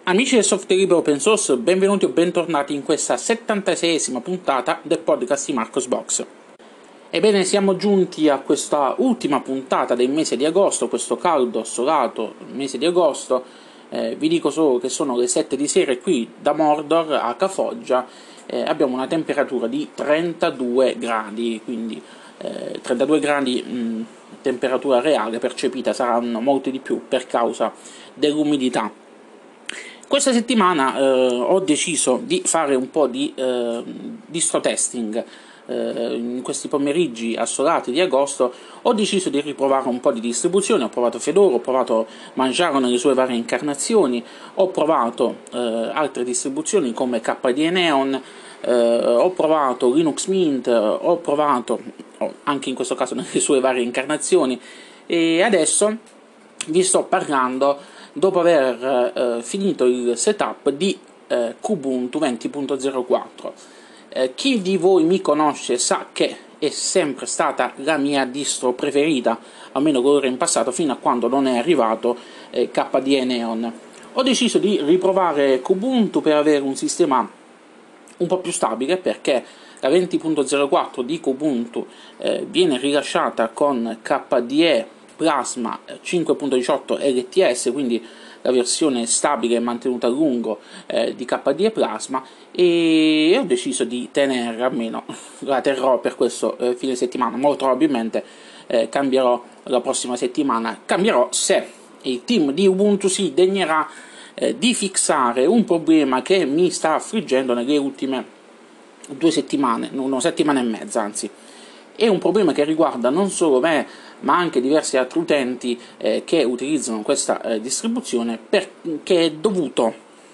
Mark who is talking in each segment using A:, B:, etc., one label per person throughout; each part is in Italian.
A: Amici del software libero open source, benvenuti o bentornati in questa 76esima puntata del podcast di Marcosbox. Ebbene, siamo giunti a questa ultima puntata del mese di agosto, questo caldo, assolato mese di agosto. Vi dico solo che sono le 7 di sera e qui da Mordor, a Cafoggia, abbiamo una temperatura di 32 gradi, quindi 32 gradi temperatura reale, percepita saranno molti di più per causa dell'umidità. Questa settimana ho deciso di fare un po' di distro testing. In questi pomeriggi assolati di agosto ho deciso di riprovare un po' di distribuzioni. Ho provato Fedora, ho provato Manjaro nelle sue varie incarnazioni, ho provato altre distribuzioni come KDE Neon, ho provato Linux Mint, ho provato anche in questo caso nelle sue varie incarnazioni, e adesso vi sto parlando dopo aver finito il setup di Kubuntu 20.04. Chi di voi mi conosce sa che è sempre stata la mia distro preferita, almeno quello in passato, fino a quando non è arrivato KDE Neon. Ho deciso di riprovare Kubuntu per avere un sistema un po' più stabile, perché la 20.04 di Kubuntu viene rilasciata con KDE Plasma 5.18 LTS, quindi la versione stabile e mantenuta a lungo di KDE Plasma, e ho deciso di tenere, almeno la terrò per questo fine settimana. Molto probabilmente cambierò la prossima settimana, cambierò se il team di Ubuntu si degnerà di fixare un problema che mi sta affliggendo nelle ultime 2 settimane, una settimana e mezza anzi. È un problema che riguarda non solo me, ma anche diversi altri utenti che utilizzano questa distribuzione, perché è dovuto,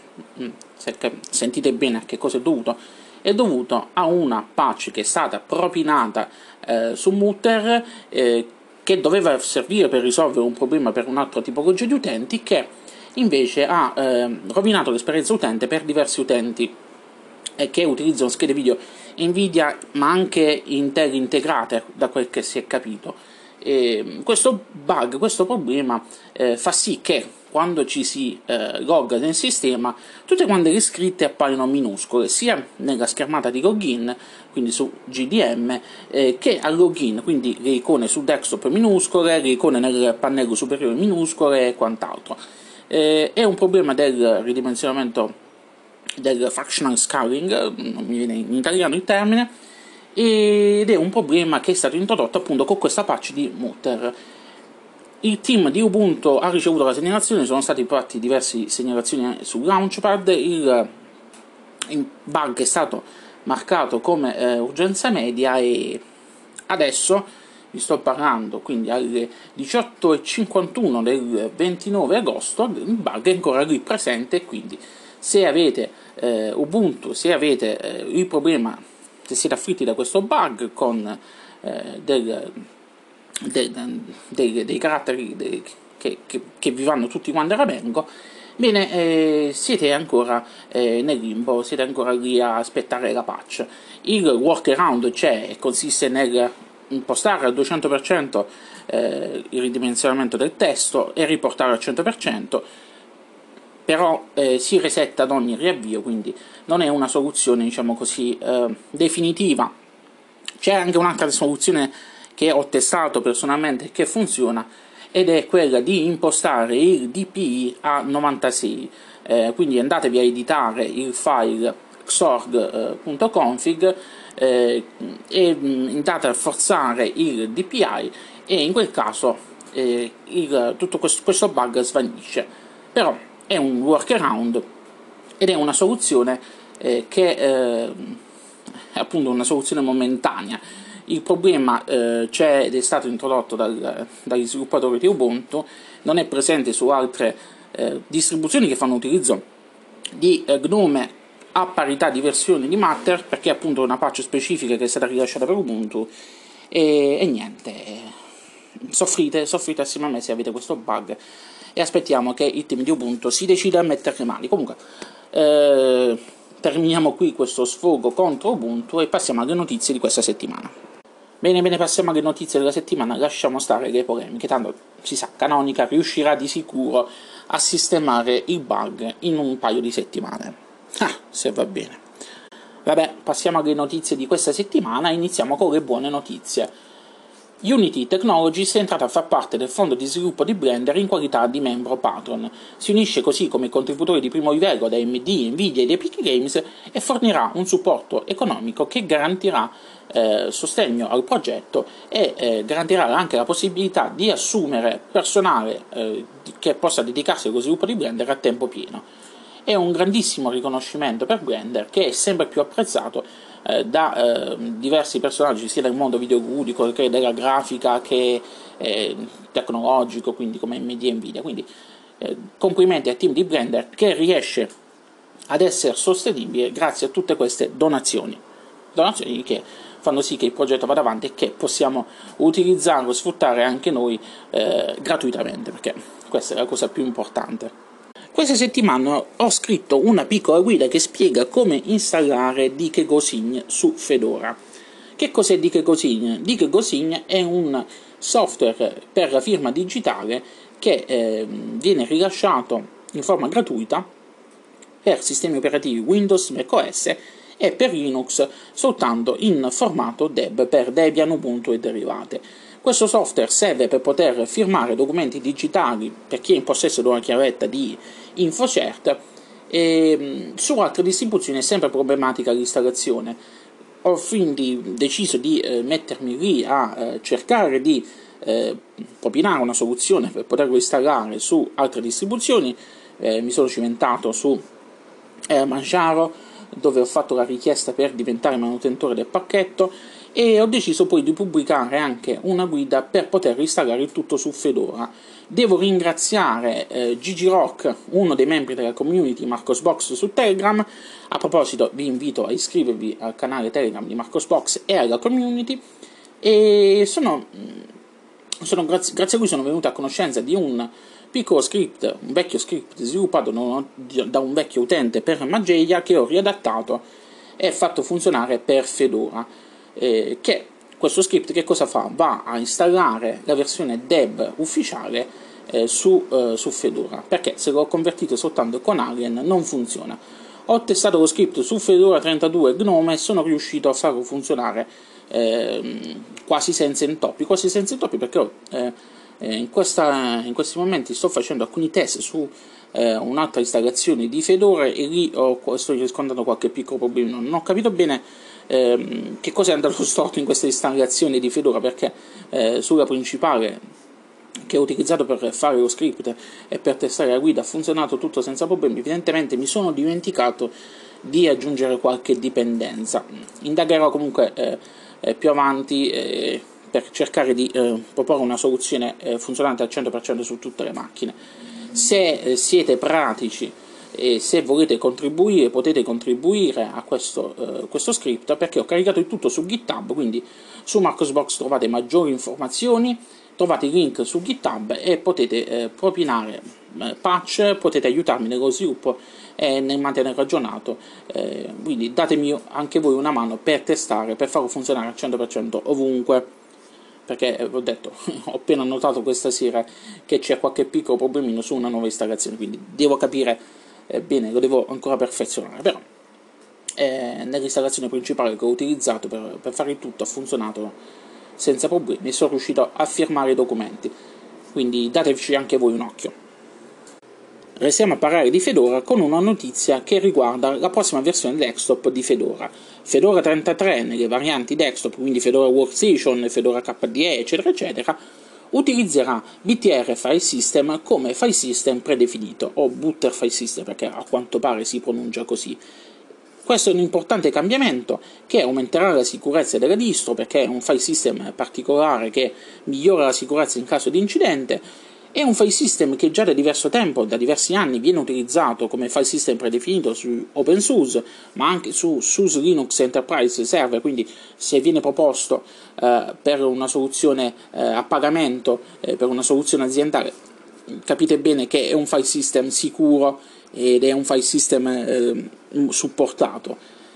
A: sentite bene a che cosa è dovuto a una patch che è stata propinata su Mutter, che doveva servire per risolvere un problema per un'altra tipologia di utenti, che invece ha rovinato l'esperienza utente per diversi utenti che utilizzano schede video Nvidia, ma anche Intel integrate, da quel che si è capito. Questo bug, questo problema fa sì che quando ci si logga nel sistema, tutte quante le scritte appaiono minuscole, sia nella schermata di login, quindi su GDM, che al login, quindi le icone sul desktop minuscole, le icone nel pannello superiore minuscole e quant'altro. È un problema del ridimensionamento del fractional scaling, non mi viene in italiano il termine, ed è un problema che è stato introdotto appunto con questa patch di Mutter. Il team di Ubuntu ha ricevuto la segnalazione, sono stati fatti diverse segnalazioni sul Launchpad, il bug è stato marcato come urgenza media, e adesso vi sto parlando, quindi alle 18:51 del 29 agosto, il bug è ancora lì presente, quindi se avete Ubuntu, se avete il problema, se siete afflitti da questo bug con dei caratteri che vi vanno tutti quanti a ramengo, bene, siete ancora nel limbo, siete ancora lì a aspettare la patch. Il workaround c'è e consiste nel impostare al 200% il ridimensionamento del testo e riportare al 100%, però si resetta ad ogni riavvio, quindi non è una soluzione, diciamo così, definitiva. C'è anche un'altra soluzione che ho testato personalmente che funziona, ed è quella di impostare il DPI a 96, quindi andatevi a editare il file xorg.config e andate a forzare il DPI, e in quel caso tutto questo bug svanisce. Però è un workaround ed è una soluzione che è appunto una soluzione momentanea. Il problema c'è ed è stato introdotto dagli sviluppatori di Ubuntu, non è presente su altre distribuzioni che fanno utilizzo di GNOME a parità di versioni di Mutter, perché è appunto una patch specifica che è stata rilasciata per Ubuntu, e niente, soffrite assieme a me se avete questo bug, e aspettiamo che il team di Ubuntu si decida a mettere le mani. Comunque terminiamo qui questo sfogo contro Ubuntu e passiamo alle notizie di questa settimana. Bene, passiamo alle notizie della settimana, lasciamo stare le polemiche, tanto si sa, Canonical riuscirà di sicuro a sistemare il bug in un paio di settimane. Se va bene. Vabbè, passiamo alle notizie di questa settimana, iniziamo con le buone notizie. Unity Technologies è entrata a far parte del fondo di sviluppo di Blender in qualità di membro patron. Si unisce così come contributore di primo livello da AMD, Nvidia ed Epic Games e fornirà un supporto economico che garantirà sostegno al progetto e garantirà anche la possibilità di assumere personale che possa dedicarsi allo sviluppo di Blender a tempo pieno. È un grandissimo riconoscimento per Blender, che è sempre più apprezzato da diversi personaggi sia del mondo videoludico che della grafica che tecnologico, quindi come AMD e Nvidia. Quindi complimenti al team di Blender che riesce ad essere sostenibile grazie a tutte queste donazioni che fanno sì che il progetto vada avanti e che possiamo utilizzarlo, sfruttare anche noi gratuitamente, perché questa è la cosa più importante. Questa settimana ho scritto una piccola guida che spiega come installare DiKeGoSign su Fedora. Che cos'è DiKeGoSign? DiKeGoSign è un software per la firma digitale che viene rilasciato in forma gratuita per sistemi operativi Windows, macOS e per Linux soltanto in formato DEB per Debian, Ubuntu e derivate. Questo software serve per poter firmare documenti digitali per chi è in possesso di una chiavetta di InfoCert e su altre distribuzioni è sempre problematica l'installazione. Ho quindi deciso di mettermi lì a cercare di propinare una soluzione per poterlo installare su altre distribuzioni. Mi sono cimentato su Manjaro, dove ho fatto la richiesta per diventare manutentore del pacchetto, e ho deciso poi di pubblicare anche una guida per poter installare il tutto su Fedora. Devo ringraziare Gigi Rock, uno dei membri della community Marcosbox su Telegram. A proposito, vi invito a iscrivervi al canale Telegram di Marcosbox e alla community, e grazie a lui sono venuto a conoscenza di un piccolo script, un vecchio script sviluppato da un vecchio utente per Mageia, che ho riadattato e fatto funzionare per Fedora. Che questo script che cosa fa? Va a installare la versione Deb ufficiale su Fedora, perché se l'ho convertito soltanto con Alien non funziona. Ho testato lo script su Fedora 32 Gnome e sono riuscito a farlo funzionare quasi senza intoppi, perché in questi momenti sto facendo alcuni test su un'altra installazione di Fedora e lì sto riscontrando qualche piccolo problema. Non ho capito bene che cosa è andato storto in questa installazione di Fedora, perché sulla principale che ho utilizzato per fare lo script e per testare la guida ha funzionato tutto senza problemi. Evidentemente mi sono dimenticato di aggiungere qualche dipendenza. Indagherò comunque più avanti per cercare di proporre una soluzione funzionante al 100% su tutte le macchine. Se siete pratici e se volete contribuire, potete contribuire a questo script, perché ho caricato il tutto su GitHub, quindi su Marcosbox trovate maggiori informazioni, trovate il link su GitHub e potete propinare patch, potete aiutarmi nello sviluppo e nel mantenere aggiornato, quindi datemi anche voi una mano per testare, per farlo funzionare al 100% ovunque, perché ho detto, ho appena notato questa sera che c'è qualche piccolo problemino su una nuova installazione, quindi devo capire bene, lo devo ancora perfezionare, però nell'installazione principale che ho utilizzato per fare il tutto ha funzionato senza problemi e sono riuscito a firmare i documenti, quindi dateci anche voi un occhio. Restiamo a parlare di Fedora con una notizia che riguarda la prossima versione desktop di Fedora. Fedora 33 nelle varianti desktop, quindi Fedora Workstation, Fedora KDE, eccetera eccetera, utilizzerà BTR File System come file system predefinito, o Butter File System, perché a quanto pare si pronuncia così. Questo è un importante cambiamento che aumenterà la sicurezza della distro, perché è un file system particolare che migliora la sicurezza in caso di incidente. È un file system che già da diverso tempo, da diversi anni, viene utilizzato come file system predefinito su OpenSUSE, ma anche su SUSE Linux Enterprise Server, quindi se viene proposto per una soluzione a pagamento, per una soluzione aziendale, capite bene che è un file system sicuro ed è un file system supportato.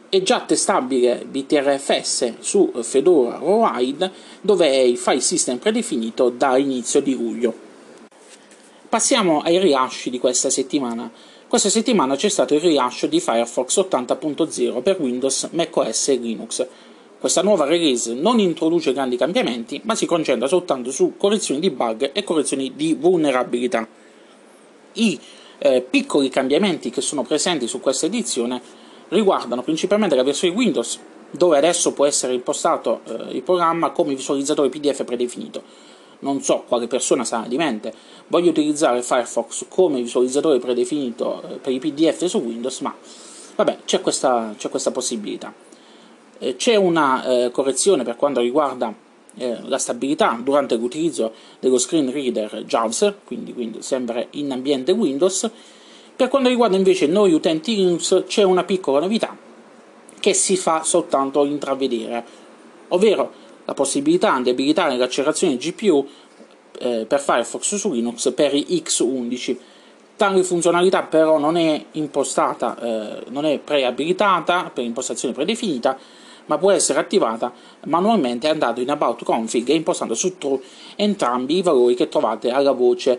A: È già testabile BTRFS su Fedora Rowhide, dove è il file system predefinito da inizio di luglio. Passiamo ai rilasci di questa settimana. Questa settimana c'è stato il rilascio di Firefox 80.0 per Windows, macOS e Linux. Questa nuova release non introduce grandi cambiamenti, ma si concentra soltanto su correzioni di bug e correzioni di vulnerabilità. I piccoli cambiamenti che sono presenti su questa edizione riguardano principalmente la versione Windows, dove adesso può essere impostato il programma come visualizzatore PDF predefinito. Non so quale persona sarà di mente voglia utilizzare Firefox come visualizzatore predefinito per i PDF su Windows, ma vabbè, c'è questa possibilità. C'è una correzione per quanto riguarda la stabilità durante l'utilizzo dello screen reader JAWS, quindi sempre in ambiente Windows. Per quanto riguarda invece noi utenti Linux c'è una piccola novità che si fa soltanto intravedere, ovvero la possibilità di abilitare l'accelerazione GPU per Firefox su Linux per i X11. Tale funzionalità però non è impostata, non è preabilitata per impostazione predefinita, ma può essere attivata manualmente andando in About Config e impostando su True entrambi i valori che trovate alla voce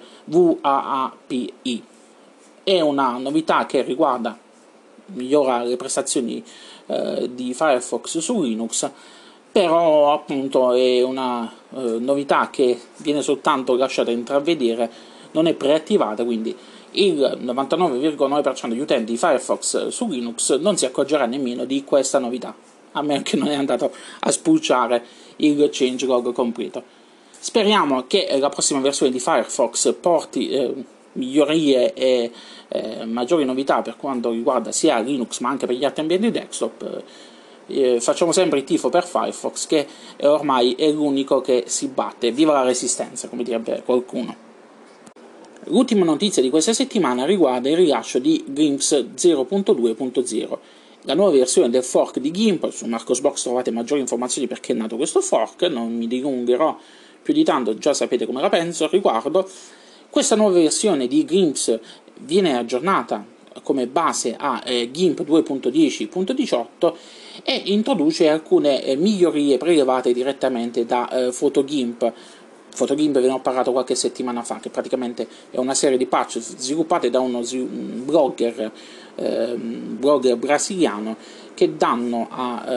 A: WAAPI. È una novità che migliora le prestazioni di Firefox su Linux, però appunto è una novità che viene soltanto lasciata intravedere, non è preattivata, quindi il 99,9% degli utenti di Firefox su Linux non si accorgerà nemmeno di questa novità, a meno che non è andato a spulciare il changelog completo. Speriamo che la prossima versione di Firefox porti migliorie e maggiori novità per quanto riguarda sia Linux ma anche per gli altri ambienti desktop. Facciamo sempre il tifo per Firefox, che ormai è l'unico che si batte. Viva la resistenza, come direbbe qualcuno. L'ultima notizia di questa settimana riguarda il rilascio di Glimpse 0.2.0, la nuova versione del fork di GIMP. Su Marcosbox trovate maggiori informazioni perché è nato questo fork, non mi dilungherò più di tanto, già sapete come la penso al riguardo. Questa nuova versione di Glimpse viene aggiornata come base a GIMP 2.10.18 e introduce alcune migliorie prelevate direttamente da PhotoGIMP. PhotoGIMP ve ne ho parlato qualche settimana fa, che praticamente è una serie di patch sviluppate da uno blogger brasiliano che danno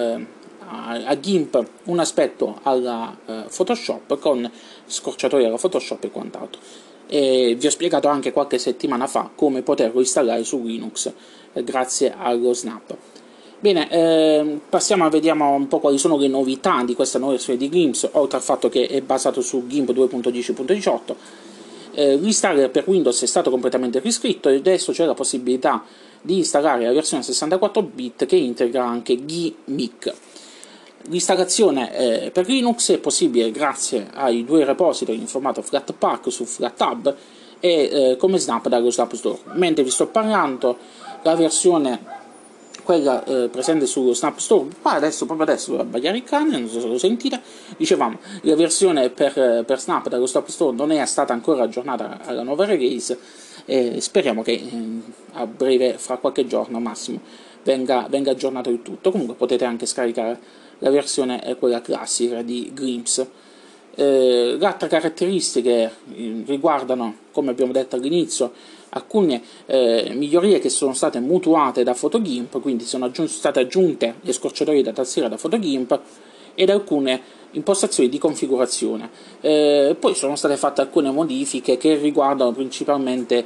A: a GIMP un aspetto alla Photoshop con scorciatoie alla Photoshop e quant'altro. E vi ho spiegato anche qualche settimana fa come poterlo installare su Linux grazie allo Snap. Bene, vediamo un po' quali sono le novità di questa nuova versione di Glimpse, oltre al fatto che è basato su GIMP 2.10.18. L'installer per Windows è stato completamente riscritto e adesso c'è la possibilità di installare la versione 64 bit che integra anche GMIC. L'installazione per Linux è possibile grazie ai due repository in formato Flatpak su FlatHub e come Snap dallo Snap Store. Mentre vi sto parlando, la versione quella presente sullo Snap Store, proprio adesso va a sbagliare il cane, non so se lo sentite. Dicevamo, la versione per Snap dallo Snap Store non è stata ancora aggiornata alla nuova release e speriamo che a breve, fra qualche giorno massimo, venga aggiornato il tutto. Comunque potete anche scaricare la versione è quella classica di Glimpse. Le altre caratteristiche riguardano, come abbiamo detto all'inizio, alcune migliorie che sono state mutuate da PhotoGIMP, quindi sono state aggiunte le scorciatoie da tastiera da PhotoGIMP ed alcune impostazioni di configurazione. Poi sono state fatte alcune modifiche che riguardano principalmente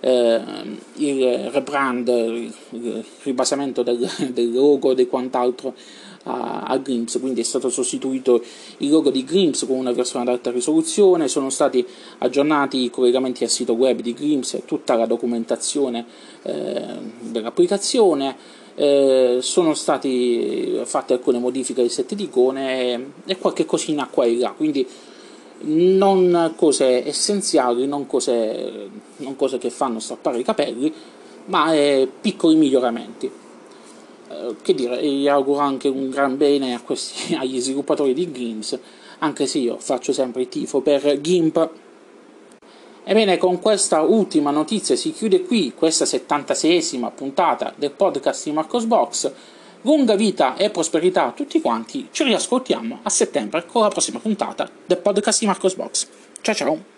A: il rebrand, il ribasamento del logo e di quant'altro a Glimpse, quindi è stato sostituito il logo di Glimpse con una versione ad alta risoluzione, sono stati aggiornati i collegamenti al sito web di Glimpse e tutta la documentazione dell'applicazione, sono stati fatte alcune modifiche ai set di icone e qualche cosina qua e là, quindi non cose essenziali, non cose che fanno strappare i capelli, ma piccoli miglioramenti. Che dire, gli auguro anche un gran bene agli sviluppatori di Glimpse, anche se io faccio sempre il tifo per GIMP. Ebbene, con questa ultima notizia si chiude qui questa 76esima puntata del podcast di Marcosbox. lunga vita e prosperità a tutti quanti, ci riascoltiamo a settembre con la prossima puntata del podcast di Marcos Box. Ciao ciao!